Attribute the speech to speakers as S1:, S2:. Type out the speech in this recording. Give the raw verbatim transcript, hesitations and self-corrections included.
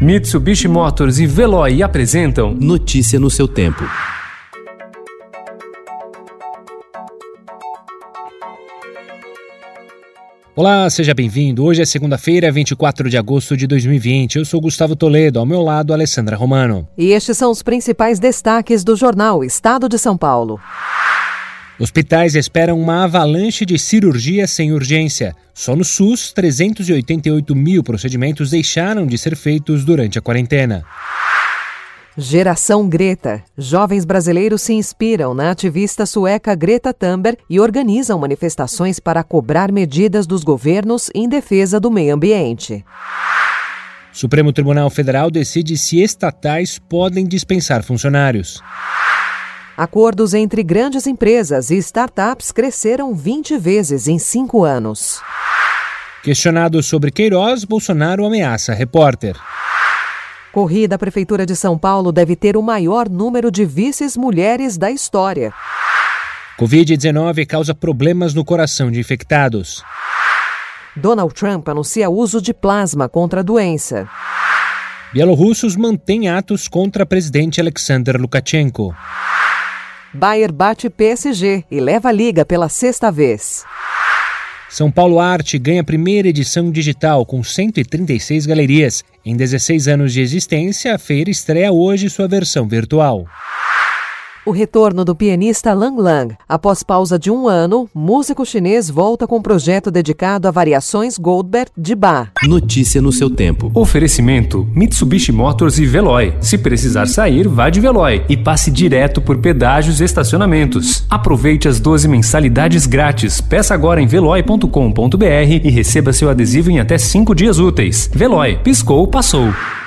S1: Mitsubishi Motors e Veloy apresentam
S2: Notícia no seu tempo.
S3: Olá, seja bem-vindo. Hoje é segunda-feira, vinte e quatro de agosto de dois mil e vinte. Eu sou Gustavo Toledo, ao meu lado, Alessandra Romano.
S4: E estes são os principais destaques do jornal Estado de São Paulo.
S3: Hospitais esperam uma avalanche de cirurgia sem urgência. Só no SUS, trezentos e oitenta e oito mil procedimentos deixaram de ser feitos durante a quarentena.
S4: Geração Greta. Jovens brasileiros se inspiram na ativista sueca Greta Thunberg e organizam manifestações para cobrar medidas dos governos em defesa do meio ambiente.
S3: Supremo Tribunal Federal decide se estatais podem dispensar funcionários.
S4: Acordos entre grandes empresas e startups cresceram vinte vezes em cinco anos.
S3: Questionado sobre Queiroz, Bolsonaro ameaça repórter.
S4: Corrida, a Prefeitura de São Paulo deve ter o maior número de vices mulheres da história.
S3: covid dezenove causa problemas no coração de infectados.
S4: Donald Trump anuncia uso de plasma contra a doença.
S3: Bielorrussos mantêm atos contra presidente Alexander Lukashenko.
S4: Bayern bate P S G e leva a liga pela sexta vez.
S3: São Paulo Arte ganha a primeira edição digital com cento e trinta e seis galerias. Em dezesseis anos de existência, a feira estreia hoje sua versão virtual.
S4: O retorno do pianista Lang Lang. Após pausa de um ano, músico chinês volta com um projeto dedicado a variações Goldberg de Bach.
S2: Notícia no seu tempo.
S1: Oferecimento Mitsubishi Motors e Veloy. Se precisar sair, vá de Veloy e passe direto por pedágios e estacionamentos. Aproveite as doze mensalidades grátis. Peça agora em veloy ponto com ponto br e receba seu adesivo em até cinco dias úteis. Veloy. Piscou, passou.